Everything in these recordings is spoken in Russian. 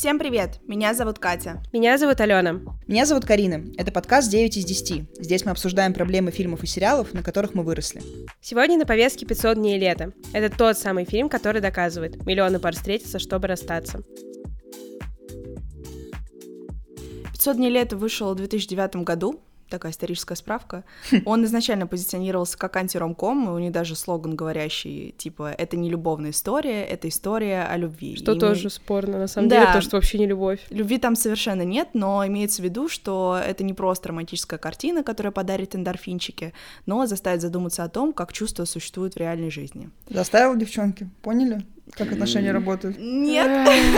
Всем привет! Меня зовут Катя. Меня зовут Алена. Меня зовут Карина. Это подкаст 9 из 10. Здесь мы обсуждаем проблемы фильмов и сериалов, на которых мы выросли. Сегодня на повестке 500 дней лета. Это тот самый фильм, который доказывает: миллионы пар встретятся, чтобы расстаться. 500 дней лета вышел в 2009 году. Такая историческая справка. Он изначально позиционировался как антиромком, и у них даже слоган говорящий, типа, это не любовная история, это история о любви. Что тоже спорно, на самом деле, потому что вообще не любовь. Любви там совершенно нет, но имеется в виду, что это не просто романтическая картина, которая подарит эндорфинчики, но заставит задуматься о том, как чувства существуют в реальной жизни. Заставил, девчонки? Поняли, как отношения работают? Нет.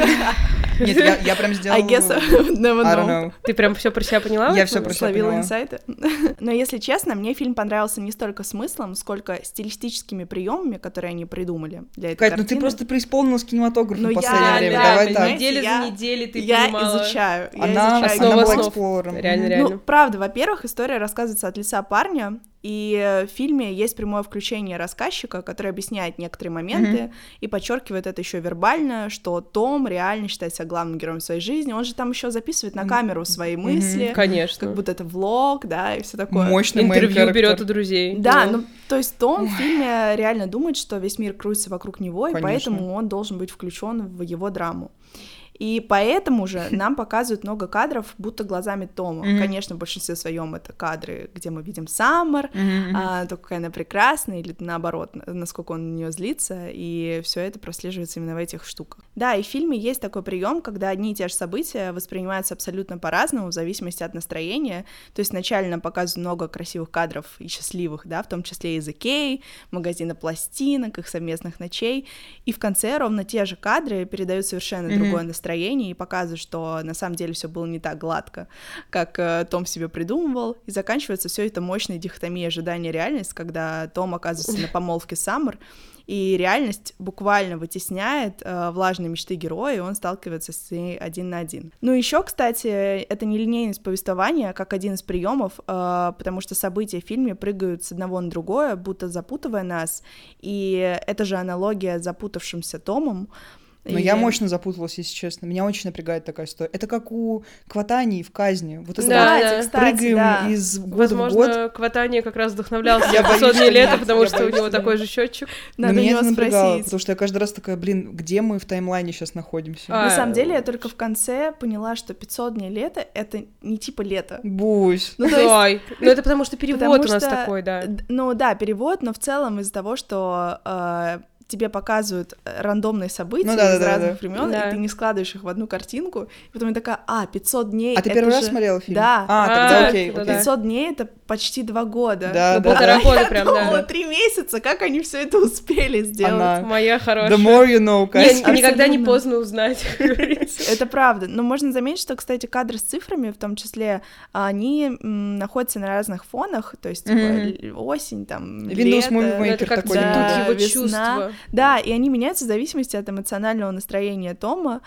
Нет, я прям сделала... I guess I never know. Ты прям все про себя поняла? Я все про себя словила поняла. инсайты. Но если честно, мне фильм понравился не столько смыслом, сколько стилистическими приемами, которые они придумали для этой Кать, картины. ну ты просто преисполнилась кинематографом в Ну, последнее время. да, Давай так. Неделю за неделей ты Я понимала. изучаю. Она была эксплорером. Реально. Ну, правда, во-первых, история рассказывается от лица парня, и в фильме есть прямое включение рассказчика, который объясняет некоторые моменты и подчеркивает это еще вербально, что Том реально считает себя главным героем своей жизни. Он же там еще записывает на камеру свои мысли. Конечно. Как будто это влог, да, и все такое. Мощный интервью берет у друзей. Да, ну, то есть Том в фильме реально думает, что весь мир крутится вокруг него, и поэтому он должен быть включен в его драму. И поэтому же нам показывают много кадров, будто глазами Тома. Конечно, в большинстве своем это кадры, где мы видим Саммер, то, какая она прекрасная, или наоборот, насколько он на нее злится, и все это прослеживается именно в этих штуках. Да, и в фильме есть такой прием, когда одни и те же события воспринимаются абсолютно по-разному, в зависимости от настроения. То есть вначале нам показывают много красивых кадров и счастливых, да, в том числе и The Key, магазина пластинок, их совместных ночей, и в конце ровно те же кадры передают совершенно другое настроение, и показывают, что на самом деле все было не так гладко, как Том себе придумывал, и заканчивается все это мощной дихотомией ожидания и реальность, когда Том оказывается на помолвке с Саммер, и реальность буквально вытесняет влажные мечты героя, и он сталкивается с ней один на один. Ну, еще, кстати, это нелинейность повествования, как один из приемов, потому что события в фильме прыгают с одного на другое, будто запутывая нас, и это же аналогия с запутавшимся Томом. Но я мощно запуталась, если честно. Меня очень напрягает такая история. Это как у Кватани в «Казни». Вот это кстати, прыгаем из года в год. Возможно, Кватани как раз вдохновлялся 500 дней лета, потому что у него такой же счетчик. Надо у него спросить. Потому что я каждый раз такая, где мы в таймлайне сейчас находимся? На самом деле, я только в конце поняла, что 500 дней лета — это не типа лето. Бусь. Ну, это потому что перевод у нас такой, да. Ну да, перевод, но в целом из-за того, что тебе показывают рандомные события из разных времен, и ты не складываешь их в одну картинку, и потом я такая, 500 дней. А ты первый раз смотрела фильм? Да. Тогда окей. 500 дней — это почти 2 года. Да. Полтора года прям, да. Я думала, 3 месяца, как они все это успели сделать? Моя хорошая. The more you know, Катя. Никогда не поздно узнать, как говорится. Это правда. Но можно заметить, что, кстати, кадры с цифрами, в том числе, они находятся на разных фонах, то есть осень, там, Windows лето. Movie Maker такой. Его чувства. Да, и они меняются в зависимости от эмоционального настроения Тома.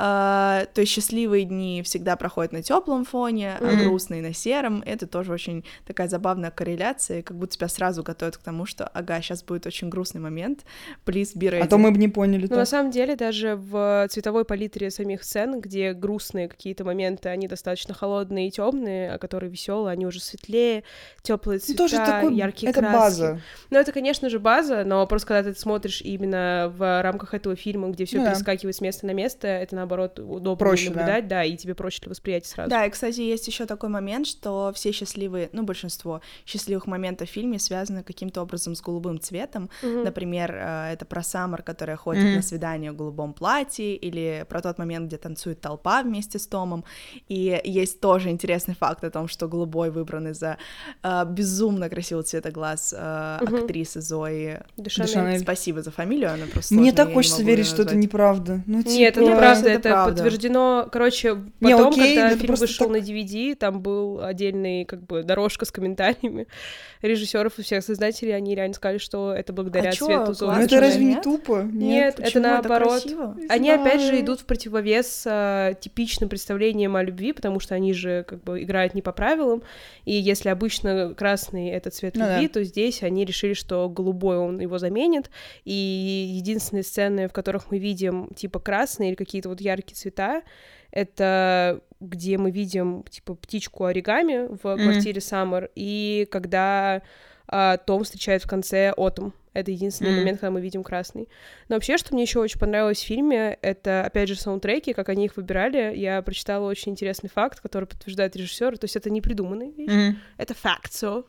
То есть счастливые дни всегда проходят на теплом фоне, а грустные на сером. Это тоже очень такая забавная корреляция, как будто тебя сразу готовят к тому, что, сейчас будет очень грустный момент, please be ready. А то мы бы не поняли. Но на самом деле даже в цветовой палитре самих сцен, где грустные какие-то моменты, они достаточно холодные и темные, а которые веселые, они уже светлее, теплые цвета, тоже такой, яркие это краски. База. Ну, это, конечно же, база, но просто когда ты смотришь именно в рамках этого фильма, где все перескакивает с места на место, это, наоборот, удобно проще, наблюдать, да, и тебе проще для восприятия сразу. Да, и, кстати, есть еще такой момент, что все счастливые, большинство счастливых моментов в фильме связаны каким-то образом с голубым цветом. Например, это про Саммер, которая ходит на свидание в голубом платье, или про тот момент, где танцует толпа вместе с Томом. И есть тоже интересный факт о том, что голубой выбран из-за безумно красивого цвета глаз актрисы Зои Дешанель. Спасибо за фамилию, она просто Мне сложная, так хочется верить, что это неправда. Нет, это неправда, это подтверждено. Короче, потом, когда фильм просто вышел на DVD, там был отдельный, дорожка с комментариями режиссеров и всех создателей, они реально сказали, что это благодаря цвету зоны. Ну это разве не тупо? Нет, это наоборот. Они опять же идут в противовес типичным представлениям о любви, потому что они же как бы играют не по правилам, и если обычно красный — это цвет любви, то здесь они решили, что голубой он его заменит, и единственные сцены, в которых мы видим типа красные или какие-то вот яркие цвета, это где мы видим, типа, птичку оригами в квартире Саммер, и когда Том встречает в конце Отом. Это единственный момент, когда мы видим красный. Но вообще, что мне еще очень понравилось в фильме, это, опять же, саундтреки, как они их выбирали. Я прочитала очень интересный факт, который подтверждает режиссер. То есть это не придуманная вещь, это factual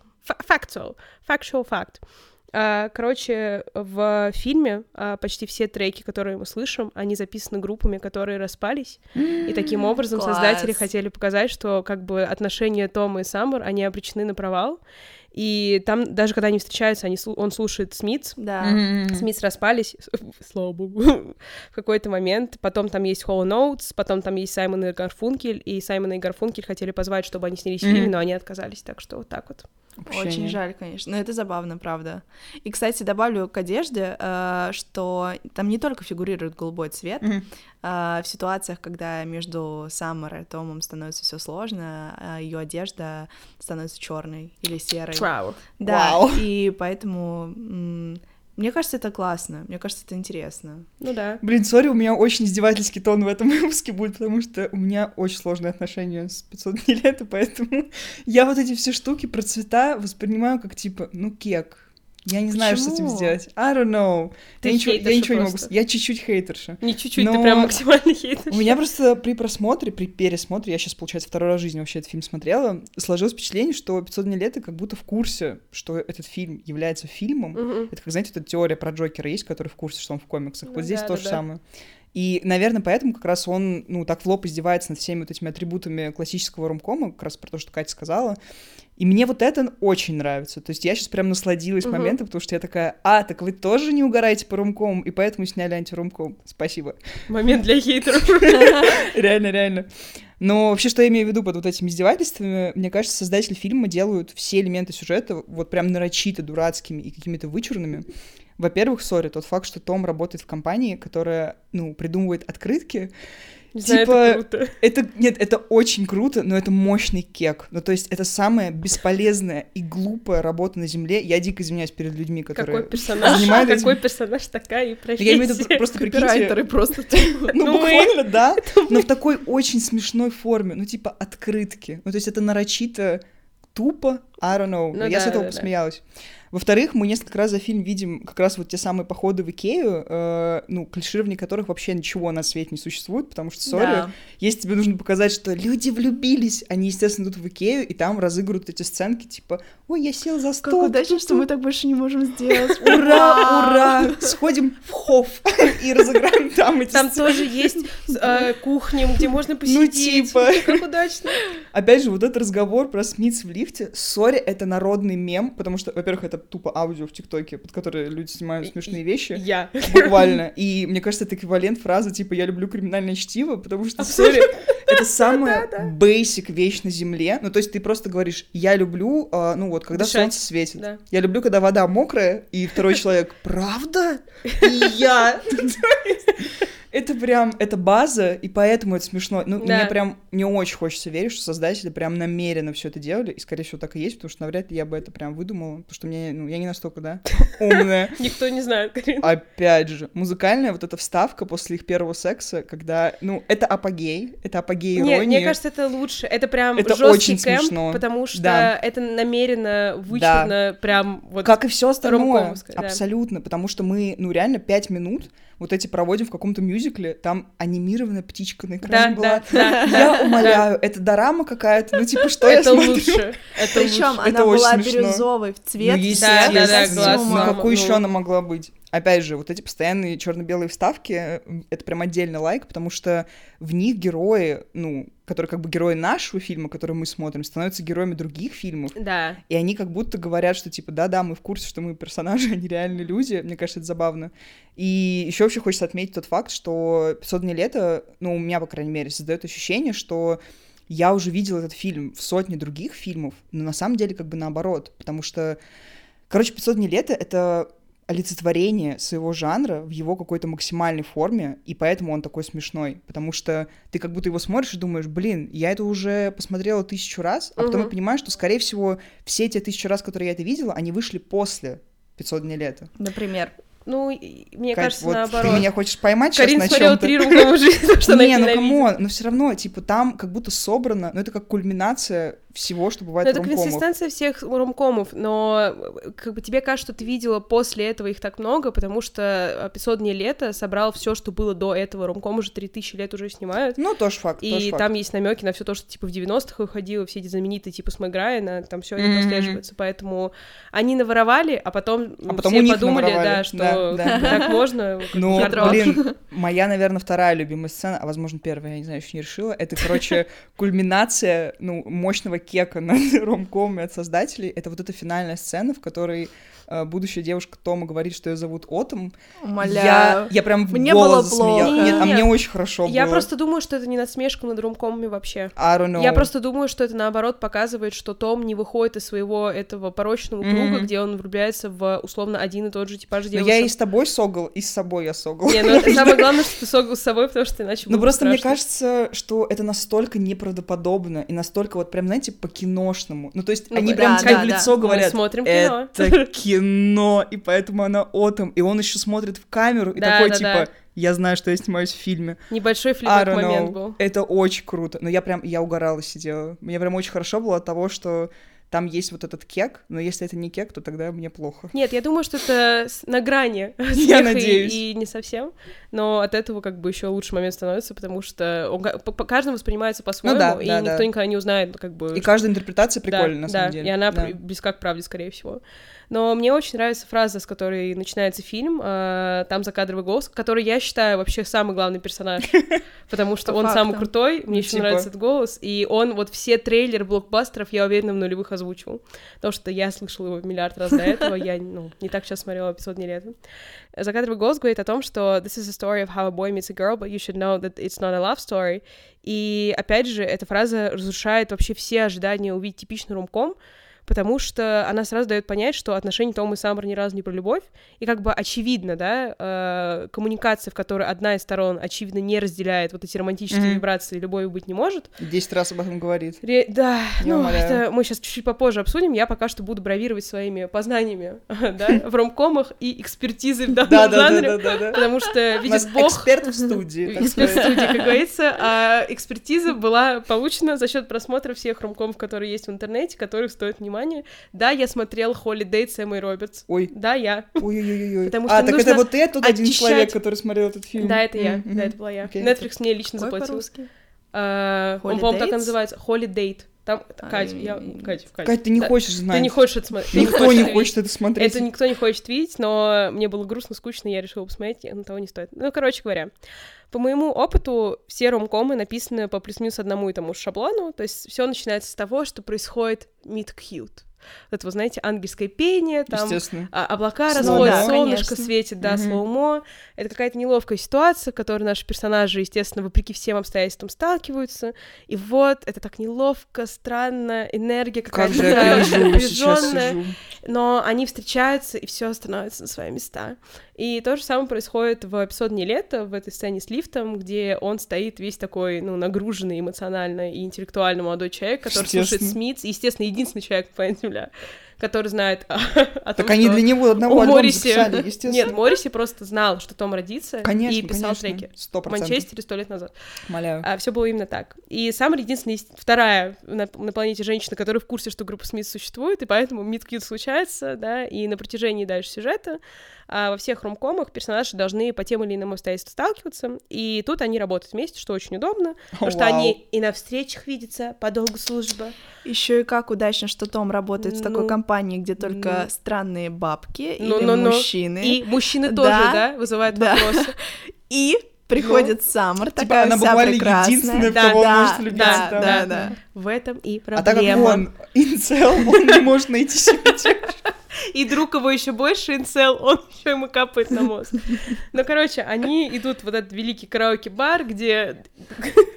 fact. Короче, в фильме почти все треки, которые мы слышим, они записаны группами, которые распались, и таким образом создатели хотели показать, что как бы отношения Тома и Саммер, они обречены на провал, и там, даже когда они встречаются, он слушает Смитс, Смитс распались, слава богу, в какой-то момент, потом там есть Hollow Notes, потом там есть Саймон и Гарфункель, и Саймон и Гарфункель хотели позвать, чтобы они снялись в фильме, но они отказались, так что вот так вот. Очень жаль, конечно, но это забавно, правда. И, кстати, добавлю к одежде, что там не только фигурирует голубой цвет, в ситуациях, когда между Саммер и Томом становится все сложно, ее одежда становится черной или серой. Да, и поэтому... Мне кажется, это классно, мне кажется, это интересно. Ну да. Блин, сори, у меня очень издевательский тон в этом выпуске будет, потому что у меня очень сложные отношения с 500 дней лета, поэтому я вот эти все штуки про цвета воспринимаю как типа, ну, кек. Я не знаю, что с этим сделать. I don't know. Я ничего не могу... Я чуть-чуть хейтерша. Не чуть-чуть, ты прям максимально хейтерша. У меня просто при пересмотре, я сейчас, получается, второй раз в жизни вообще этот фильм смотрела, сложилось впечатление, что 500 дней лета как будто в курсе, что этот фильм является фильмом. Это, как, знаете, вот эта теория про Джокера есть, который в курсе, что он в комиксах. Вот здесь то же самое. И, наверное, поэтому как раз он, так в лоб издевается над всеми вот этими атрибутами классического ромкома, как раз про то, что Катя сказала. И мне вот это очень нравится. То есть я сейчас прям насладилась моментом, потому что я такая, так вы тоже не угораете по ромкому, и поэтому сняли антиромком. Спасибо. Момент для хейтеров. Реально. Но вообще, что я имею в виду под вот этими издевательствами, мне кажется, создатели фильма делают все элементы сюжета вот прям нарочито дурацкими и какими-то вычурными. Во-первых, тот факт, что Том работает в компании, которая, придумывает открытки. Не знаю, это круто. Это очень круто, но это мощный кек. То есть это самая бесполезная и глупая работа на Земле. Я дико извиняюсь перед людьми, которые занимают этим. Какой персонаж, такая и профессия. Я имею в виду, просто прикиньте... Копирайтеры просто. Буквально, да, но в такой очень смешной форме. Типа открытки. То есть это нарочито тупо, I don't know. Я с этого посмеялась. Во-вторых, мы несколько раз за фильм видим как раз вот те самые походы в Икею, клиширование которых вообще ничего на свете не существует, потому что, если тебе нужно показать, что люди влюбились, они, естественно, идут в Икею, и там разыгрывают эти сценки, типа, ой, я сел за стол. Как удачно, что мы так больше не можем сделать. Ура! Сходим в Хофф и разыграем там эти сценки. Там тоже есть кухня, где можно посидеть. Как удачно. Опять же, вот этот разговор про Смитс в лифте, это народный мем, потому что, во-первых, это тупо аудио в ТикТоке, под которое люди снимают смешные вещи. Буквально. И мне кажется, это эквивалент фразы типа «я люблю криминальное чтиво», потому что, это самая basic вещь на Земле. То есть ты просто говоришь «я люблю, когда солнце светит». Я люблю, когда вода мокрая, и второй человек «правда? И я?» Это прям, это база, и поэтому это смешно. Мне прям не очень хочется верить, что создатели прям намеренно все это делали, и, скорее всего, так и есть, потому что навряд ли я бы это прям выдумала, потому что я не настолько, умная. Никто не знает, Карина. Опять же, музыкальная вот эта вставка после их первого секса, когда, это апогей иронии. Нет, мне кажется, это лучше, это прям жесткий кэмп, потому что это намеренно, вычурно, прям вот... Как и все остальное, абсолютно, потому что мы, реально 5 минут вот эти проводим в каком-то мюзикле, там анимированная птичка на экране была. Я умоляю, это дорама какая-то, что я смотрю? Лучше. Причем она была бирюзовой в цвет. Какой еще она могла быть? Опять же, вот эти постоянные черно-белые вставки, это прям отдельный лайк, потому что в них герои, которые как бы герои нашего фильма, который мы смотрим, становятся героями других фильмов. Да. И они как будто говорят, что типа, да-да, мы в курсе, что мы персонажи, они реальные люди. Мне кажется, это забавно. И еще вообще хочется отметить тот факт, что 500 дней лета, у меня, по крайней мере, создает ощущение, что я уже видела этот фильм в сотне других фильмов, но на самом деле как бы наоборот, потому что, короче, «500 дней лета» — это олицетворение своего жанра в его какой-то максимальной форме, и поэтому он такой смешной, потому что ты как будто его смотришь и думаешь, блин, я это уже посмотрела 1000 раз, а потом я понимаю, что, скорее всего, все те 1000 раз, которые я это видела, они вышли после «500 дней лета». Например? Ну, мне Кать, кажется, вот наоборот. Ты меня хочешь поймать сейчас Карин на смотрела чём-то? 3 ромкома жизни, что она их ненавидит. Не, ну камон, но все равно, типа, там как будто собрано, ну это как кульминация всего, что бывает в ромкомах. Это консистенция всех ромкомов, но как бы тебе кажется, что ты видела после этого их так много, потому что «500 дней лета» собрал все, что было до этого. Ромком уже 3000 лет уже снимают. Ну, тоже факт, И там есть намеки на все то, что типа в 90-х выходило, все эти знаменитые типа с Мэг Райана, там все это прослеживается, поэтому они наворовали, а потом все подумали, да, что так можно. Ну, блин, моя, наверное, вторая любимая сцена, а возможно первая, я не знаю, еще не решила, это, короче, кульминация, ну, мощного кека над ромкомом от создателей. Это вот эта финальная сцена, в которой будущая девушка Тома говорит, что ее зовут Отом. Умоляю. Я прям в мне голос было плохо. засмеялась. Нет, а мне очень хорошо было. Я просто думаю, что это не насмешка над ромкомами вообще. I don't know. Я просто думаю, что это наоборот показывает, что Том не выходит из своего этого порочного круга, где он влюбляется в условно один и тот же типаж девушек. Но я и с тобой согл, и с собой я согл. Не, ну это самое главное, что ты согл с собой, потому что иначе Ну просто мне кажется, что это настолько неправдоподобно и настолько вот прям, знаете, по-киношному. Ну то есть они прям тебе в лицо говорят, это кино, и поэтому она Отом, и он еще смотрит в камеру и такой типа, я знаю, что я снимаюсь в фильме. Небольшой флибэк-момент был. Это очень круто, но я угорала, сидела. Мне прям очень хорошо было от того, что там есть вот этот кек, но если это не кек, то тогда мне плохо. Нет, я думаю, что это на грани я надеюсь. И не совсем, но от этого как бы еще лучший момент становится, потому что он каждому воспринимается по-своему, и никто никогда не узнает, как бы... И каждая интерпретация прикольная, на самом деле. И она близка к правде, скорее всего. Но мне очень нравится фраза, с которой начинается фильм, там закадровый голос, который я считаю вообще самый главный персонаж, потому что он самый крутой, мне еще нравится этот голос, и он вот все трейлеры блокбастеров, я уверена, в нулевых озвучивал, потому что я слышала его миллиард раз до этого, я не так сейчас смотрела «500 дней лета». Закадровый голос говорит о том, что «This is a story of how a boy meets a girl, but you should know that it's not a love story». И, опять же, эта фраза разрушает вообще все ожидания увидеть типичный ромком, потому что она сразу дает понять, что отношения Тома и Саммер ни разу не про любовь, и как бы очевидно, да, коммуникация, в которой одна из сторон, очевидно, не разделяет вот эти романтические вибрации, любовью быть не может. 10 раз об этом говорит. Да, это мы сейчас чуть-чуть попозже обсудим, я пока что буду бравировать своими познаниями, да, в ромкомах и экспертизой в данном жанре, потому что, видит Бог... Эксперт в студии. Эксперт в студии, как говорится, а экспертиза была получена за счет просмотра всех ромкомов, которые есть в интернете, которых стоит внимания. Да, я смотрела «Холидей» с Эммой Робертс. Ой. Да, я. Ой-ой-ой. Так это вот ты тот один человек, который смотрел этот фильм? Да, это я. Да, это была я. Netflix мне лично заплатил. по-русски? Он, по-моему, так и называется. «Холидей». Там, Кать, ты не хочешь знать. Ты не хочешь это смотреть. Никто не хочет это смотреть. Это никто не хочет видеть, но мне было грустно, скучно, я решила посмотреть, на того не стоит. Ну, короче говоря, по моему опыту, все ромкомы написаны по плюс-минус одному и тому же шаблону, то есть все начинается с того, что происходит meet cute. Это, вы знаете, ангельское пение, там облака расходят, солнышко светит, да, слоумо. Это какая-то неловкая ситуация, в которой наши персонажи, естественно, вопреки всем обстоятельствам сталкиваются. И вот это так неловко, странно, энергия какая-то напряженная. Но они встречаются, и все становится на свои места. И то же самое происходит в «500 дней лета», в этой сцене с лифтом, где он стоит весь такой, нагруженный эмоционально и интеллектуально молодой человек, который слушает Смитс, естественно, единственный человек, понятно, земля, который знает о том, так они для него одного альбома записали, естественно. Нет, Морриси просто знал, что Том родится, и писал треки 100%. в Манчестере 100 лет назад. Умоляю. Все было именно так. И Саммер единственная, вторая на планете женщина, которая в курсе, что группа Смит существует, и поэтому мид-кьют случается, да, и на протяжении дальше сюжета во всех ромкомах персонажи должны по тем или иным обстоятельствам сталкиваться, и тут они работают вместе, что очень удобно, потому что они и на встречах видятся по долгу службы. Еще и как удачно, что Том работает в такой компании, где только странные бабки или мужчины. И мужчины тоже, да, вызывают вопросы. И приходит Саммер, такая она вся буквально прекрасная. единственная, в кого он может влюбиться. Да. В этом и проблема. А так как он инцел, он не может найти себе девушку. И друг его еще больше инцел, он еще ему капает на мозг. Ну, короче, они идут в вот этот великий караоке-бар, где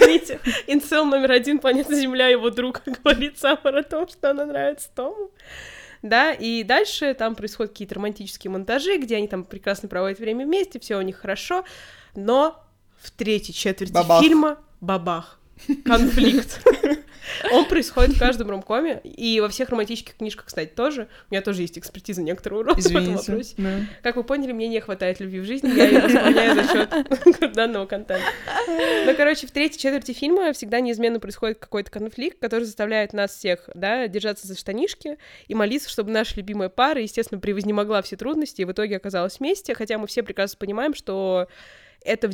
Извините, инцел номер 1 планеты Земля, его друг, говорит Саммер о том, что она нравится Тому. Да, и дальше там происходят какие-то романтические монтажи, где они там прекрасно проводят время вместе, все у них хорошо, но в третьей четверти фильма бабах, конфликт. Он происходит в каждом ромкоме, и во всех романтических книжках, кстати, тоже. У меня тоже есть экспертиза некоторого рода в этом вопросе. Да. Как вы поняли, мне не хватает любви в жизни, я ее восполняю за счет данного контента. Но, короче, в третьей четверти фильма всегда неизменно происходит какой-то конфликт, который заставляет нас всех, да, держаться за штанишки и молиться, чтобы наша любимая пара, естественно, превознемогла все трудности и в итоге оказалась вместе, хотя мы все прекрасно понимаем, что это в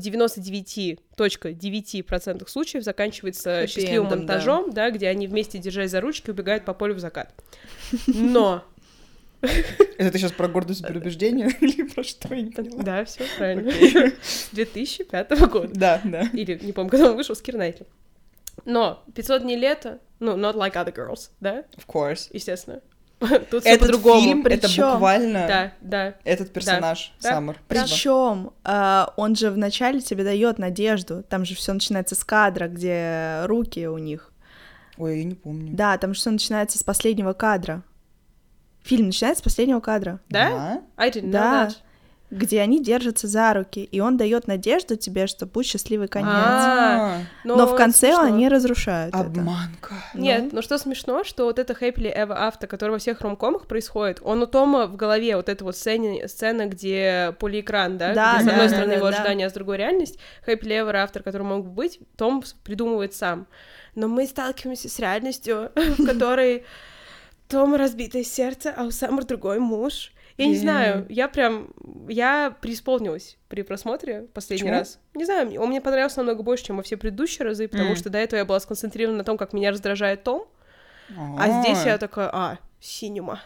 99.9% случаев заканчивается счастливым монтажом, да, где они вместе, держась за ручки, убегают по полю в закат. Но... Это ты сейчас про гордость и переубеждение или про что, я не поняла? Да, все правильно. 2005 года. Да. Или, не помню, когда он вышел, с Кирой Найтли. Но 500 дней лета, ну, not like other girls, да? Of course. Естественно. Тут все по-другому. Фильм, это буквально да, этот персонаж, Саммер. Причем он же вначале тебе дает надежду. Там же все начинается с кадра, где руки у них. Ой, я не помню. Да, там же все начинается с последнего кадра. Фильм начинается с последнего кадра. Да? I didn't know that. Где они держатся за руки, и он дает надежду тебе, что будет счастливый конец. Но в конце они разрушают обманка. это. Нет, но что смешно, что вот это happily ever after, который во всех ромкомах происходит, он у Тома в голове, вот эта вот сцена, где полиэкран, да, где с одной стороны его ожидания, а с другой реальность, happily ever after, который мог бы быть, Том придумывает сам. Но мы сталкиваемся с реальностью, в которой Тома разбитое сердце, а у Саммер другой муж. Я не знаю, я преисполнилась при просмотре последний раз. Не знаю, он мне понравился намного больше, чем во все предыдущие разы, потому что до этого я была сконцентрирована на том, как меня раздражает Том, а здесь я такая, синема.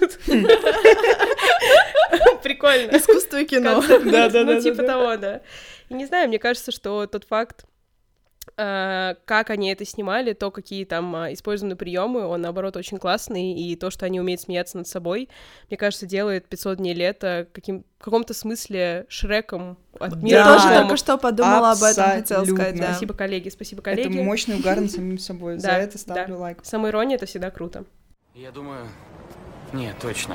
Прикольно. Искусство и кино. Ну, типа того, да. И не знаю, мне кажется, что тот факт, как они это снимали, то, какие там использованы приемы, он, наоборот, очень классный, и то, что они умеют смеяться над собой, мне кажется, делает 500 дней лета в каком-то смысле Шреком от мира. Я тоже только что подумала об этом, хотела сказать, да. Спасибо, коллеги. Это мощный угар над самим собой, за это ставлю лайк. Самоирония — это всегда круто. Я думаю... Нет, точно.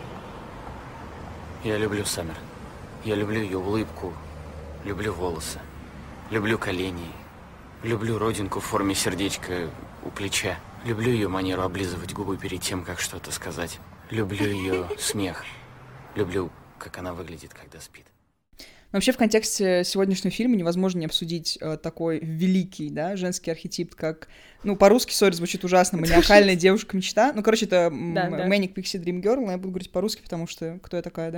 Я люблю Саммер. Я люблю ее улыбку, люблю волосы, люблю колени. Люблю родинку в форме сердечка у плеча. Люблю ее манеру облизывать губы перед тем, как что-то сказать. Люблю ее смех. Люблю, как она выглядит, когда спит. Вообще, в контексте сегодняшнего фильма невозможно не обсудить такой великий, да, женский архетип, как, ну, по-русски, сори, звучит ужасно, маниакальная девушка-мечта. Ну, короче, это Manic Pixie Dream Girl, но я буду говорить по-русски, потому что кто я такая,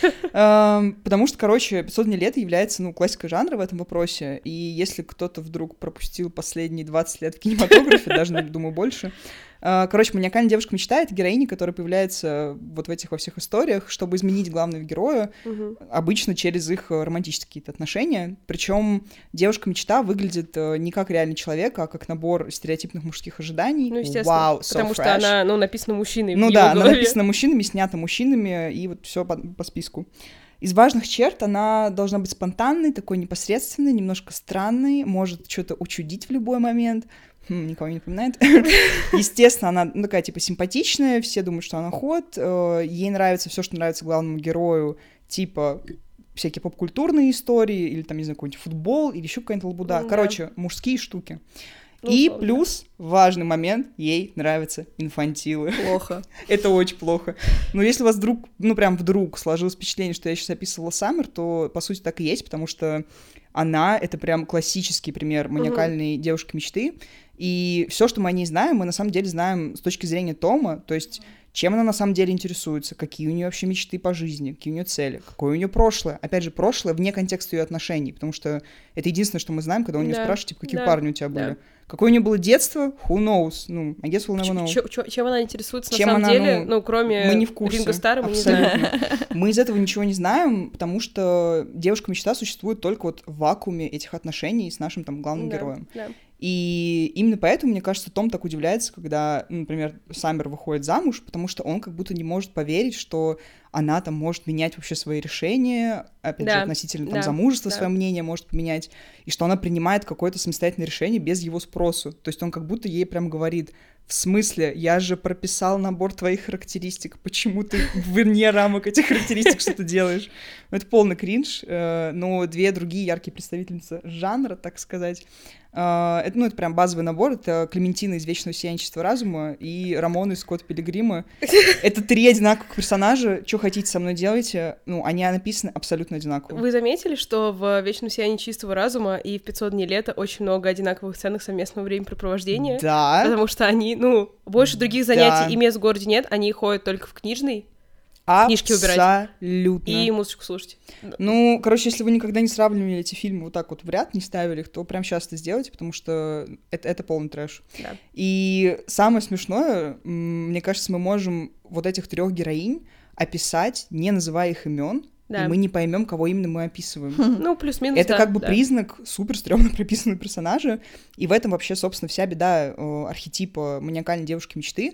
да? Потому что, короче, 500 дней лета является, ну, классикой жанра в этом вопросе, и если кто-то вдруг пропустил последние 20 лет в кинематографе, даже, думаю, больше, короче, маниакальная девушка-мечта — это героиня, которая появляется вот в этих во всех историях, чтобы изменить главного героя, обычно через их романтические какие-то отношения. Причем девушка-мечта выглядит не как реальный человек, а как набор стереотипных мужских ожиданий. Ну, естественно, Вау, потому что она, ну, написана мужчиной. Ну да, она написана мужчинами, снята мужчинами, и вот все по списку. Из важных черт она должна быть спонтанной, такой непосредственной, немножко странной, может что-то учудить в любой момент. Никого не напоминает. Естественно, она такая, типа, симпатичная, все думают, что она хот, ей нравится все, что нравится главному герою, типа всякие поп-культурные истории, или там, не знаю, какой-нибудь футбол, или еще какая-нибудь лабуда. Короче, мужские штуки. И плюс, важный момент, ей нравятся инфантилы. Плохо. Это очень плохо. Но если у вас вдруг, ну прям вдруг сложилось впечатление, что я сейчас описывала Саммер, то, по сути, так и есть, потому что она — это прям классический пример маниакальной девушки-мечты. И все, что мы о ней знаем, мы на самом деле знаем с точки зрения Тома, то есть чем она на самом деле интересуется, какие у нее вообще мечты по жизни, какие у нее цели, какое у нее прошлое. Опять же, прошлое вне контекста ее отношений, потому что это единственное, что мы знаем, когда у нее спрашивают, типа, какие парни у тебя были. Какое у нее было детство? Who knows? Ну, I guess we'll never know. Чем она интересуется на самом деле? Ну, кроме мы не в курсе. Ринго Старра, мы абсолютно не знаем. Мы из этого ничего не знаем, потому что девушка-мечта существует только вот в вакууме этих отношений с нашим там главным героем. И именно поэтому, мне кажется, Том так удивляется, когда, например, Саммер выходит замуж, потому что он как будто не может поверить, что она там может менять вообще свои решения, опять же, относительно там замужества, свое мнение может поменять, и что она принимает какое-то самостоятельное решение без его спросу. То есть он как будто ей прям говорит: в смысле, я же прописал набор твоих характеристик, почему ты вне рамок этих характеристик что-то делаешь? Это полный кринж, но две другие яркие представительницы жанра, так сказать. Это прям базовый набор. Это Клементина из «Вечного сиянчества разума» и Рамона из «Скотта Пилигрима». Это 3 одинаковых персонажа. Что хотите со мной делайте. Они написаны абсолютно одинаково. Вы заметили, что в «Вечном сиянии чистого разума» и в «500 дней лета» очень много одинаковых сценок совместного времяпрепровождения? Да. Потому что они, больше других занятий и мест в городе нет, они ходят только в книжный. Книжки убирать. Абсолютно. И музычку слушать. Если вы никогда не сравнивали эти фильмы вот так вот в ряд, не ставили их, то прям сейчас это сделайте, потому что это полный трэш. Да. И самое смешное, мне кажется, мы можем вот этих 3 героинь описать, не называя их имен, и мы не поймем, кого именно мы описываем. Плюс-минус, это как бы признак супер стрёмно прописанного персонажа, и в этом вообще, собственно, вся беда архетипа маниакальной девушки мечты.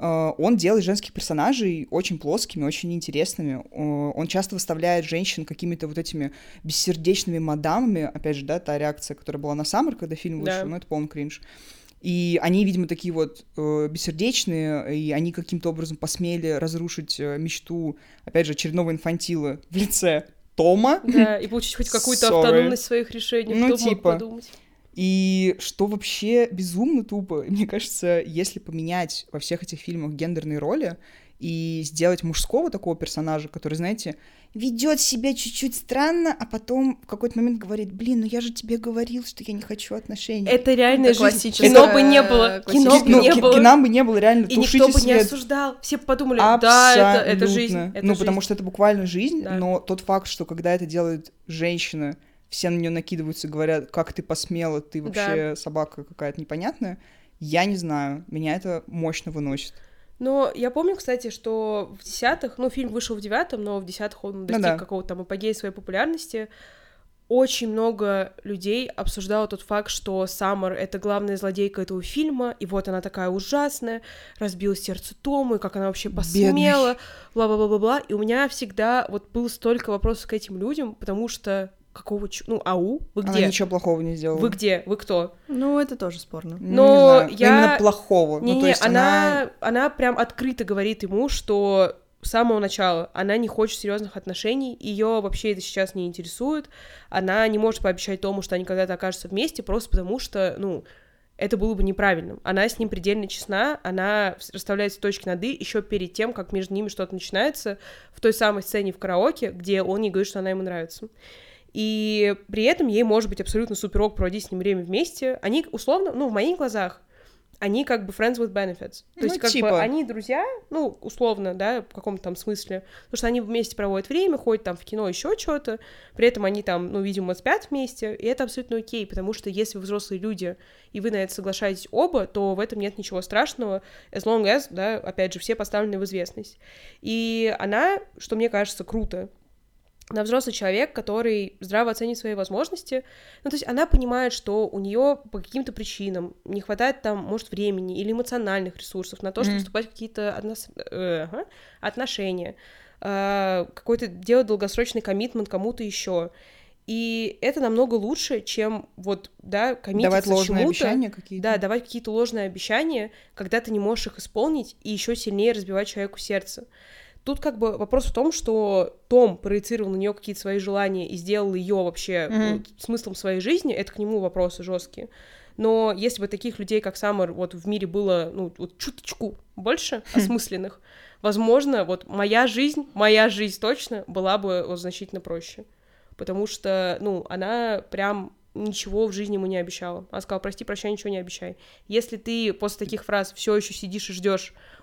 Он делает женских персонажей очень плоскими, очень интересными. Он часто выставляет женщин какими-то вот этими бессердечными мадамами. Опять же, та реакция, которая была на Саммер, когда фильм вышел, это полный кринж. И они, видимо, такие вот бессердечные, и они каким-то образом посмели разрушить мечту, опять же, очередного инфантила в лице Тома. Да, и получить хоть какую-то автономность в своих решениях, кто мог подумать. И что вообще безумно тупо, мне кажется, если поменять во всех этих фильмах гендерные роли и сделать мужского такого персонажа, который, знаете, ведет себя чуть-чуть странно, а потом в какой-то момент говорит: блин, я же тебе говорил, что я не хочу отношений. Это реальная жизнь. Кино бы не было. Кино бы не было, реально. И никто бы не осуждал. Все бы подумали: да, это жизнь. Потому что это буквально жизнь, но тот факт, что когда это делает женщина, все на нее накидываются и говорят: как ты посмела, ты вообще собака какая-то непонятная. Я не знаю, меня это мощно выносит. Но я помню, кстати, что в 10-х, фильм вышел в 9-м, но в 10-х он достиг какого-то там апогея своей популярности. Очень много людей обсуждало тот факт, что Саммер — это главная злодейка этого фильма, и вот она такая ужасная, разбила сердце Тома, и как она вообще посмела, бла-бла-бла-бла-бла. И у меня всегда было столько вопросов к этим людям, потому что какого ау? Вы где? Она ничего плохого не сделала. Вы где? Вы кто? Это тоже спорно. Но именно плохого. Она прям открыто говорит ему, что с самого начала она не хочет серьезных отношений, ее вообще это сейчас не интересует, она не может пообещать Тому, что они когда-то окажутся вместе, просто потому что, это было бы неправильным. Она с ним предельно честна, она расставляет точки над «и» еще перед тем, как между ними что-то начинается, в той самой сцене в караоке, где он ей говорит, что она ему нравится. И при этом ей может быть абсолютно супер ок проводить с ним время вместе. Они, условно, в моих глазах, они как бы friends with benefits. То есть, как бы, они друзья, условно, да, в каком-то там смысле, потому что они вместе проводят время, ходят там в кино, еще что-то, при этом они там, видимо, спят вместе, и это абсолютно окей, потому что если вы взрослые люди, и вы на это соглашаетесь оба, то в этом нет ничего страшного, as long as, да, опять же, все поставлены в известность. И она, что мне кажется круто, она взрослый человек, который здраво оценит свои возможности. То есть она понимает, что у нее по каким-то причинам не хватает там, может, времени или эмоциональных ресурсов на то, чтобы вступать в какие-то отношения, какой-то делать долгосрочный коммитмент кому-то еще. И это намного лучше, чем коммититься давать ложные обещания какие-то. Да, давать какие-то ложные обещания, когда ты не можешь их исполнить, и еще сильнее разбивать человеку сердце. Тут как бы вопрос в том, что Том проецировал на нее какие-то свои желания и сделал ее вообще смыслом своей жизни, это к нему вопросы жесткие. Но если бы таких людей, как Саммер, в мире было, чуточку больше осмысленных, возможно, моя жизнь точно была бы значительно проще. Потому что, она прям ничего в жизни ему не обещала. Она сказала: прости, прощай, ничего не обещай. Если ты после таких фраз все еще сидишь и ждешь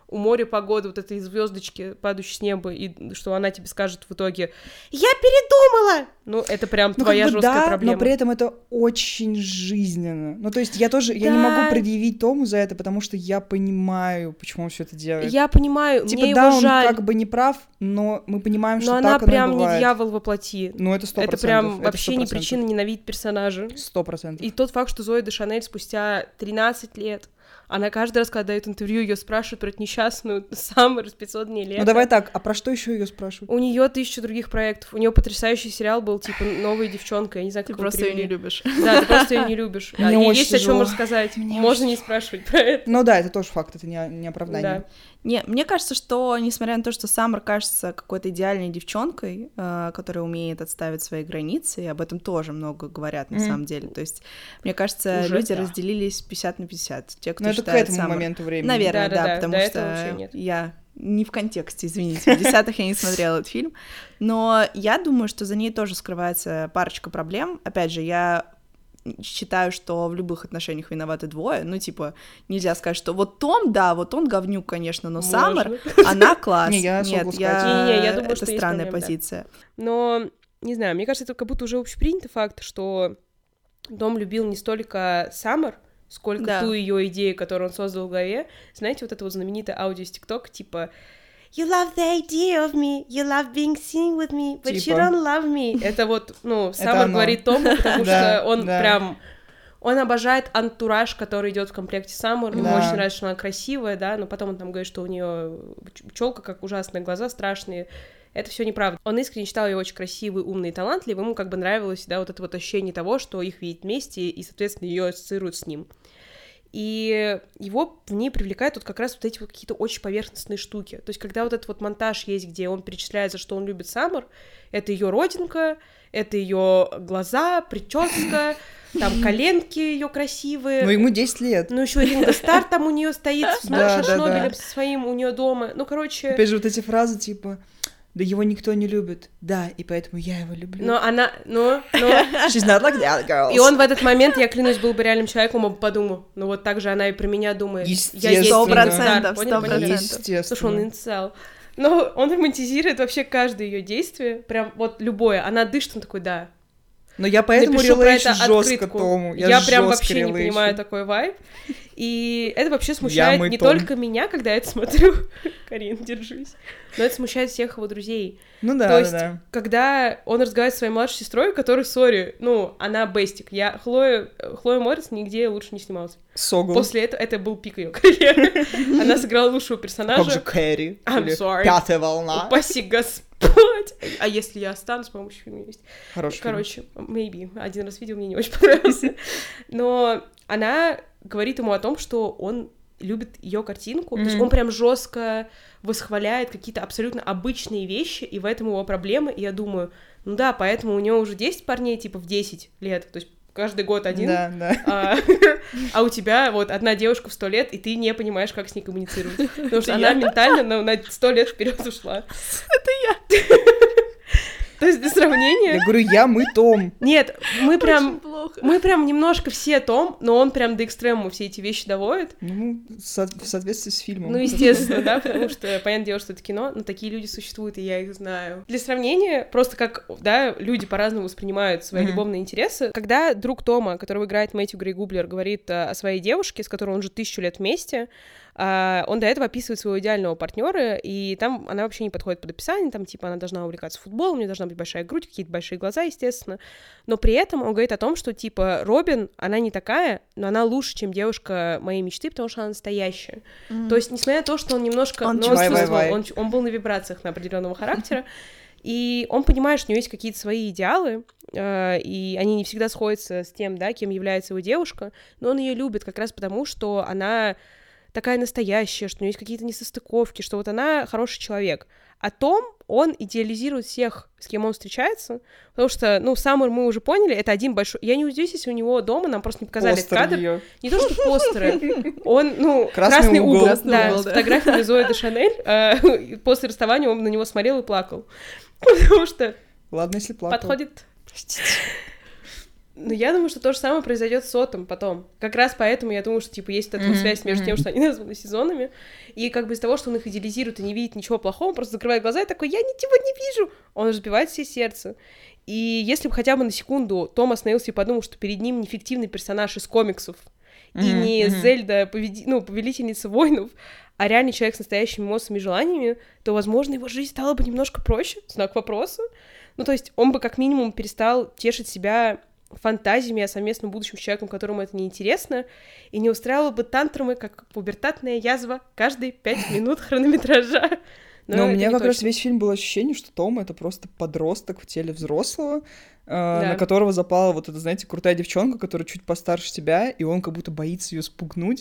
у моря погода, вот этой звездочки, падающей с неба, и что она тебе скажет в итоге: «Я передумала!» Ну, это прям твоя жесткая проблема. Но при этом это очень жизненно. Ну, то есть я не могу предъявить Тому за это, потому что я понимаю, почему он все это делает. Я понимаю, типа, мне его жаль. Он как бы не прав, но мы понимаем, что так оно и бывает. Но она прям не дьявол во плоти. Ну, это 100%. Это прям вообще не причина ненавидеть персонажа. 100%. И тот факт, что Зоя де Шанель спустя 13 лет, она каждый раз, когда дает интервью, ее спрашивают про эту несчастную Саммер из 500 дней лета. Ну давай так, а про что еще ее спрашивают? У нее 1000 других проектов. У нее потрясающий сериал был, типа, «Новая девчонка». Я не знаю, как ты просто ее не любишь. Да, ты просто ее не любишь. Ей есть о чем рассказать. Можно не спрашивать про это. Ну да, это тоже факт, это не оправдание. Да. Не, мне кажется, что, несмотря на то, что Саммер кажется какой-то идеальной девчонкой, которая умеет отставить свои границы, и об этом тоже много говорят на самом деле. То есть, мне кажется, уже люди разделились 50 на 50. Те, кто считает Саммер... моменту времени. Наверное, да, потому что я не в контексте, извините. В 10-х я не смотрела этот фильм. Но я думаю, что за ней тоже скрывается парочка проблем. Опять же, я считаю, что в любых отношениях виноваты двое. Ну, типа, нельзя сказать, что вот Том, да, вот он говнюк, конечно, но Саммер, она класс. Я думаю, это странная позиция. Но, не знаю, мне кажется, это как будто уже общепринятый факт, что Том любил не столько Саммер, сколько ту ее идею, которую он создал в голове. Знаете, вот это вот знаменитое аудио из ТикТока, типа «You love the idea of me, you love being seen with me, but you don't love me». Это вот, Саммер говорит Тому, потому что он прям... Он обожает антураж, который идет в комплекте Саммер. Ему очень нравится, что она красивая, да, но потом он там говорит, что у нее челка, как ужасные глаза, страшные. Это все неправда. Он искренне считал ее очень красивой, умной и талантливой. Ему как бы нравилось, да, вот это вот ощущение того, что их видят вместе, и, соответственно, ее ассоциируют с ним. И его в ней привлекают вот как раз вот эти вот какие-то очень поверхностные штуки. То есть, когда вот этот вот монтаж есть, где он перечисляет, за что он любит Саммер, это ее родинка, это ее глаза, прическа, там коленки ее красивые. Ну, ему 10 лет. Ну, еще Ринго Стар там у нее стоит с Шнобелем со своим у нее дома. Ну, короче... Опять же, вот эти фразы, типа... Да его никто не любит. Да, и поэтому я его люблю. Но она... She's not like that, girls. И он в этот момент, я клянусь, был бы реальным человеком, он бы подумал, ну вот так же она и про меня думает. Естественно. 100%. Слушай, он инцел. Но он романтизирует вообще каждое ее действие, прям вот любое. Она дышит, он такой, да. Но я поэтому релейшн жестко Тому. Я прям вообще не понимаю такой вайб. И это вообще смущает не только меня, когда я это смотрю. Карин, держись. Но это смущает всех его друзей. Ну да, то есть, когда он разговаривает со своей младшей сестрой, которая, сори, она бестик. Хлоя Морец нигде лучше не снималась. Согл. После этого это был пик ее карьеры. Она сыграла лучшего персонажа. Как же Кэрри. I'm sorry. Пятая волна. Упаси Господь. А если я останусь, по-моему, еще фильм есть. Хороший Короче, maybe. Один раз видел, мне не очень понравился. Но она говорит ему о том, что он любит ее картинку. То есть он прям жестко восхваляет какие-то абсолютно обычные вещи, и в этом его проблемы. И я думаю, ну да, поэтому у него уже 10 парней, типа, в 10 лет. То есть каждый год один. Да. А у тебя вот одна девушка в 100 лет, и ты не понимаешь, как с ней коммуницировать. Потому что она ментально на 100 лет вперед ушла. Это я. То есть для сравнения... Я говорю, мы Том. Нет, мы прям немножко все Том, но он прям до экстремума все эти вещи доводит. Ну, в соответствии с фильмом. Ну, естественно, да, потому что, понятное дело, что это кино, но такие люди существуют, и я их знаю. Для сравнения, просто как, да, люди по-разному воспринимают свои любовные интересы. Когда друг Тома, которого играет Мэтью Грей Гублер, говорит о своей девушке, с которой он уже 1000 лет вместе, он до этого описывает своего идеального партнера, и там она вообще не подходит под описание, там, типа, она должна увлекаться футболом, у нее должна быть большая грудь, какие-то большие глаза, естественно, но при этом он говорит о том, что, типа, Робин, она не такая, но она лучше, чем девушка моей мечты, потому что она настоящая. То есть, несмотря на то, что он немножко... Он был на вибрациях на определенного характера, и он понимает, что у него есть какие-то свои идеалы, и они не всегда сходятся с тем, да, кем является его девушка, но он ее любит как раз потому, что она такая настоящая, что у нее есть какие-то несостыковки, что вот она хороший человек. А Том, он идеализирует всех, с кем он встречается, потому что, Саммер мы уже поняли, это один большой... Я не удивлюсь, если у него дома нам просто не показали этот кадр. Её. Не то, что постеры. Он, красный угол. Да, с фотографией Зои де Шанель. После расставания он на него смотрел и плакал. Потому что... Ладно, если плакал. Подходит... Но я думаю, что то же самое произойдет с Отом потом. Как раз поэтому я думаю, что, типа, есть эта связь между тем, что они названы сезонами, и как бы из того, что он их идеализирует и не видит ничего плохого, он просто закрывает глаза и такой, я ничего не вижу! Он разбивает себе сердце. И если бы хотя бы на секунду Том остановился и подумал, что перед ним не фиктивный персонаж из комиксов, и не Зельда, повелительница воинов, а реальный человек с настоящими эмоциями и желаниями, то, возможно, его жизнь стала бы немножко проще, знак вопроса. Ну, то есть он бы как минимум перестал тешить себя фантазиями о совместном будущем с человеком, которому это неинтересно, и не устраивал бы тантрумы, как пубертатная язва, каждые 5 минут хронометража. Но у меня как раз весь фильм было ощущение, что Том — это просто подросток в теле взрослого, на которого запала вот эта, знаете, крутая девчонка, которая чуть постарше тебя, и он как будто боится ее спугнуть,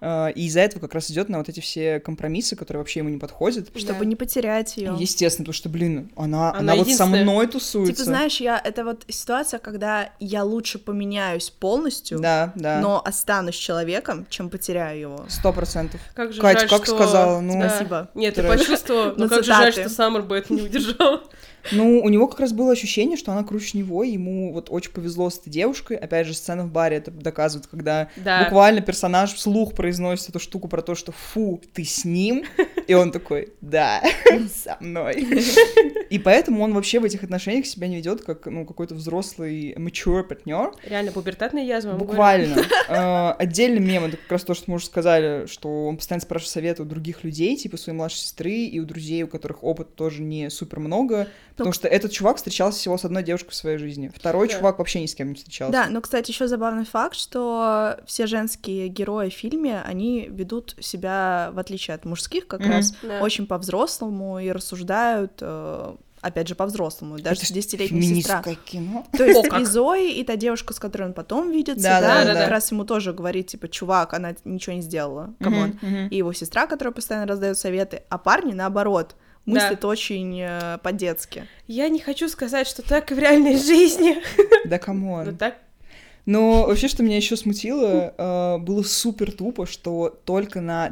и из-за этого как раз идет на вот эти все компромиссы, которые вообще ему не подходят. Чтобы не потерять ее. Естественно, потому что, блин, она вот со мной тусуется. Типа, знаешь, это вот ситуация, когда я лучше поменяюсь полностью, но останусь человеком, чем потеряю его. 100%. Как же Кать, жаль, как что... сказала, ну... Спасибо. Нет, ты почувствовала, но как же жаль, что Саммер бы это не удержал. Ну, у него как раз было ощущение, что она круче него, ему вот очень повезло с этой девушкой. Опять же, сцена в баре это доказывает, когда буквально персонаж вслух произносит эту штуку про то, что «фу, ты с ним?» И он такой «да, со мной». И поэтому он вообще в этих отношениях себя не ведет как, ну, какой-то взрослый mature партнер. Реально, пубертатная язва. Буквально. Отдельный мем, это как раз то, что мы уже сказали, что он постоянно спрашивает советы у других людей, типа своей младшей сестры и у друзей, у которых опыта тоже не супер много. Потому что этот чувак встречался всего с одной девушкой в своей жизни. Второй чувак вообще ни с кем не встречался. Да, но, кстати, еще забавный факт, что все женские герои в фильме, они ведут себя, в отличие от мужских, как раз очень по-взрослому и рассуждают... Опять же, по-взрослому, даже 10-летняя сестра. Кино. То есть и Зои, и та девушка, с которой он потом видится, как раз ему тоже говорит, типа, чувак, она ничего не сделала, камон. И его сестра, которая постоянно раздает советы, а парни, наоборот, мыслят очень по-детски. Я не хочу сказать, что так и в реальной жизни. Да камон. Ну так. Но вообще, что меня еще смутило, было супер тупо, что только на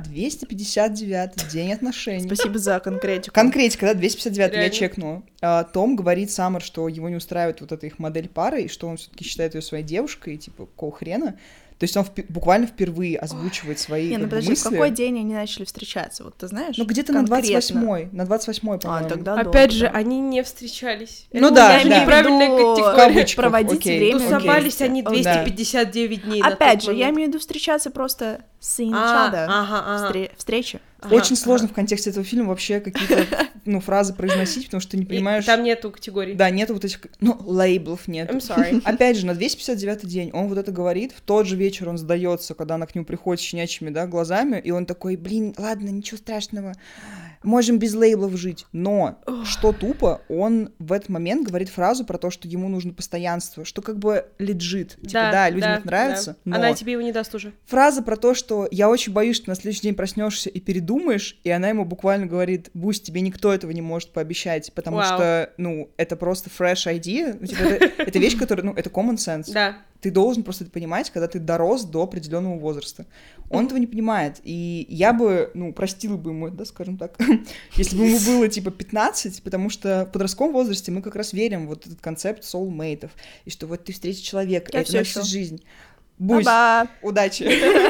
259-й день отношений... Спасибо за конкретику. Конкретика, да, 259-й, я чекнула. Том говорит Саммер, что его не устраивает вот эта их модель пары, и что он все-таки считает ее своей девушкой, и типа, какого хрена? То есть он буквально впервые озвучивает свои подожди, мысли. В какой день они начали встречаться? Вот ты знаешь? Ну, где-то на 28-й. На 28-й, по-моему. Тогда опять же, они не встречались. Ну да, неправильная категория. Проводить время. Тусовались они 259 дней. Опять же, я имею в виду встречаться просто seeing each other. Встреча. Очень сложно в контексте этого фильма вообще какие-то, фразы произносить, потому что ты не понимаешь... Там нету категорий. Да, нету вот этих, лейблов нет. I'm sorry. Опять же, на 259-й день он вот это говорит, в тот же вечер он сдается, когда она к нему приходит с щенячьими, глазами, и он такой, блин, ладно, ничего страшного, можем без лейблов жить. Но, что тупо, он в этот момент говорит фразу про то, что ему нужно постоянство, что как бы легит. Типа, да, людям это нравится, но... Она тебе его не даст уже. Фраза про то, что я очень боюсь, что на следующий день проснешься и передумаешь, и она ему буквально говорит, Бусь, тебе никто этого не может пообещать, потому что, это просто fresh idea, это вещь, которая, это common sense. Да. Ты должен просто это понимать, когда ты дорос до определенного возраста. Он этого не понимает. И я бы, простила бы ему, скажем так, если бы ему было, 15, потому что в подростковом возрасте мы как раз верим в вот этот концепт soulmate'ов, и что вот ты встретишь человека, и это на всю жизнь. Бусь, удачи.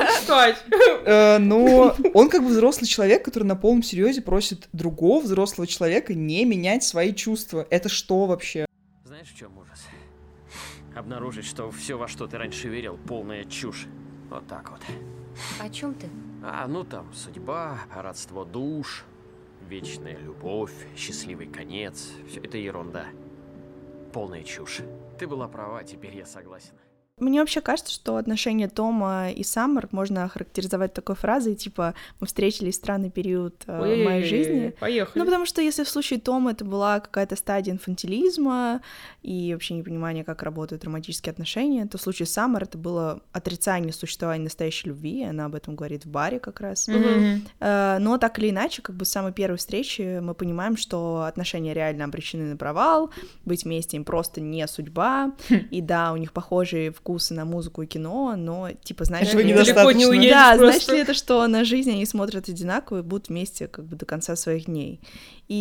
Но он как бы взрослый человек, который на полном серьезе просит другого взрослого человека не менять свои чувства. Это что вообще? Знаешь, в чем ужас? Обнаружить, что все, во что ты раньше верил, полная чушь. Вот так вот. О чем ты? Судьба, родство душ, вечная любовь, счастливый конец. Все это ерунда. Полная чушь. Ты была права, теперь я согласен. Мне вообще кажется, что отношения Тома и Саммер можно охарактеризовать такой фразой, типа «мы встретились в странный период моей жизни». Поехали. Потому что если в случае Тома это была какая-то стадия инфантилизма и вообще непонимания, как работают романтические отношения, то в случае Саммер это было отрицание существования настоящей любви, и она об этом говорит в баре как раз. Но так или иначе, как бы с самой первой встречи мы понимаем, что отношения реально обречены на провал, быть вместе им просто не судьба, и да, у них похожие вкусы на музыку и кино, но, значит... Этого недостаточно. Да, значит ли это, что на жизнь они смотрят одинаково и будут вместе как бы до конца своих дней. И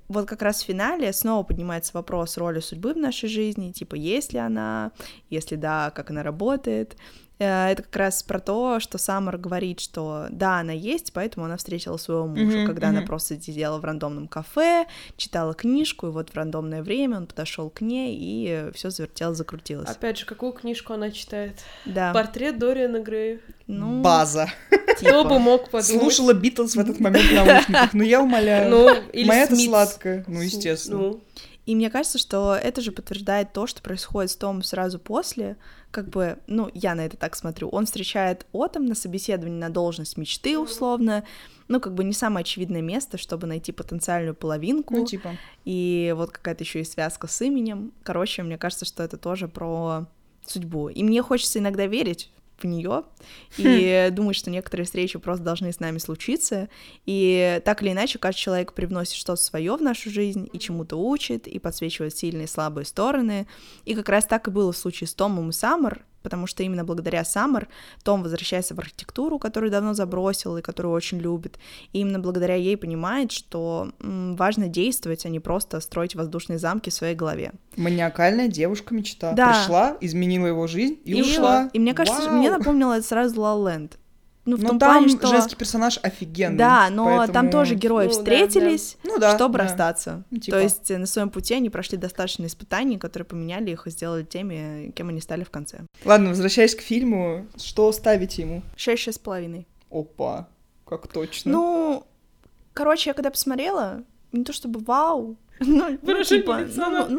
вот как раз в финале снова поднимается вопрос роли судьбы в нашей жизни, типа, есть ли она, если да, как она работает. Это как раз про то, что Саммер говорит, что да, она есть, поэтому она встретила своего мужа, когда она просто сидела в рандомном кафе, читала книжку, и вот в рандомное время он подошел к ней, и все завертелось, закрутилось. Опять же, какую книжку она читает? Да. Портрет Дориана Грея. Ну, база. Кто бы мог подумать. Слушала Битлз в этот момент в наушниках. Ну, я умоляю. Моя-то сладкая. Ну, естественно. И мне кажется, что это же подтверждает то, что происходит с Томом сразу после, как бы, ну, я на это так смотрю, он встречает Отом на собеседовании на должность мечты, условно, ну, как бы не самое очевидное место, чтобы найти потенциальную половинку, ну, типа. И вот какая-то еще и связка с именем, короче, мне кажется, что это тоже про судьбу, и мне хочется иногда верить в нее и думать, что некоторые встречи просто должны с нами случиться, и так или иначе каждый человек привносит что-то свое в нашу жизнь и чему-то учит, и подсвечивает сильные и слабые стороны, и как раз так и было в случае с Томом и Саммер, потому что именно благодаря Саммер Том возвращается в архитектуру, которую давно забросил и которую очень любит, и именно благодаря ей понимает, что важно действовать, а не просто строить воздушные замки в своей голове. Маниакальная девушка-мечта. Да. Пришла, изменила его жизнь и ушла. И мне кажется, мне напомнило это сразу La La Land. Ну, в том там плане, что... женский персонаж офигенный. Да, но поэтому... там тоже герои встретились, чтобы да. расстаться. Типа. То есть на своем пути они прошли достаточно испытаний, которые поменяли их и сделали теми, кем они стали в конце. Ладно, возвращаясь к фильму, что ставите ему? 6-6,5. Опа, как точно. Ну, короче, я когда посмотрела, не то чтобы вау, ну типа,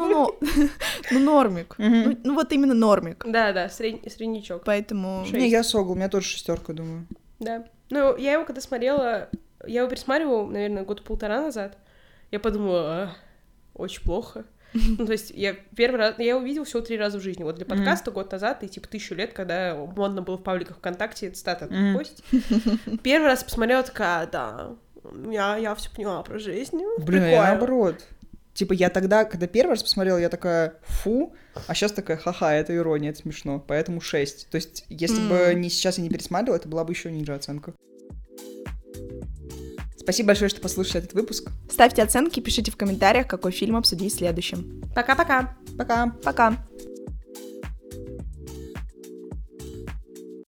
нормик. Ну, вот именно нормик. Да, среднячок. Поэтому... Не, я согл, у меня тоже 6, думаю. Да. Ну, я его когда смотрела, я его пересматривала, наверное, 1.5 назад. Я подумала, очень плохо. Ну, то есть я первый раз... Я его видела всего 3 раза в жизни. Вот для подкаста год назад и, типа, 1000 лет, когда модно было в пабликах ВКонтакте статы постить. Первый раз посмотрела, такая, да, я все поняла про жизнь. Блин, я наоборот. Типа, я тогда, когда первый раз посмотрела, я такая, фу, а сейчас такая, ха-ха, это ирония, это смешно, поэтому 6. То есть, если бы не сейчас я не пересматривала, это была бы еще ниже оценка. Спасибо большое, что послушали этот выпуск. Ставьте оценки, пишите в комментариях, какой фильм обсудить следующим. Пока-пока. Пока. Пока.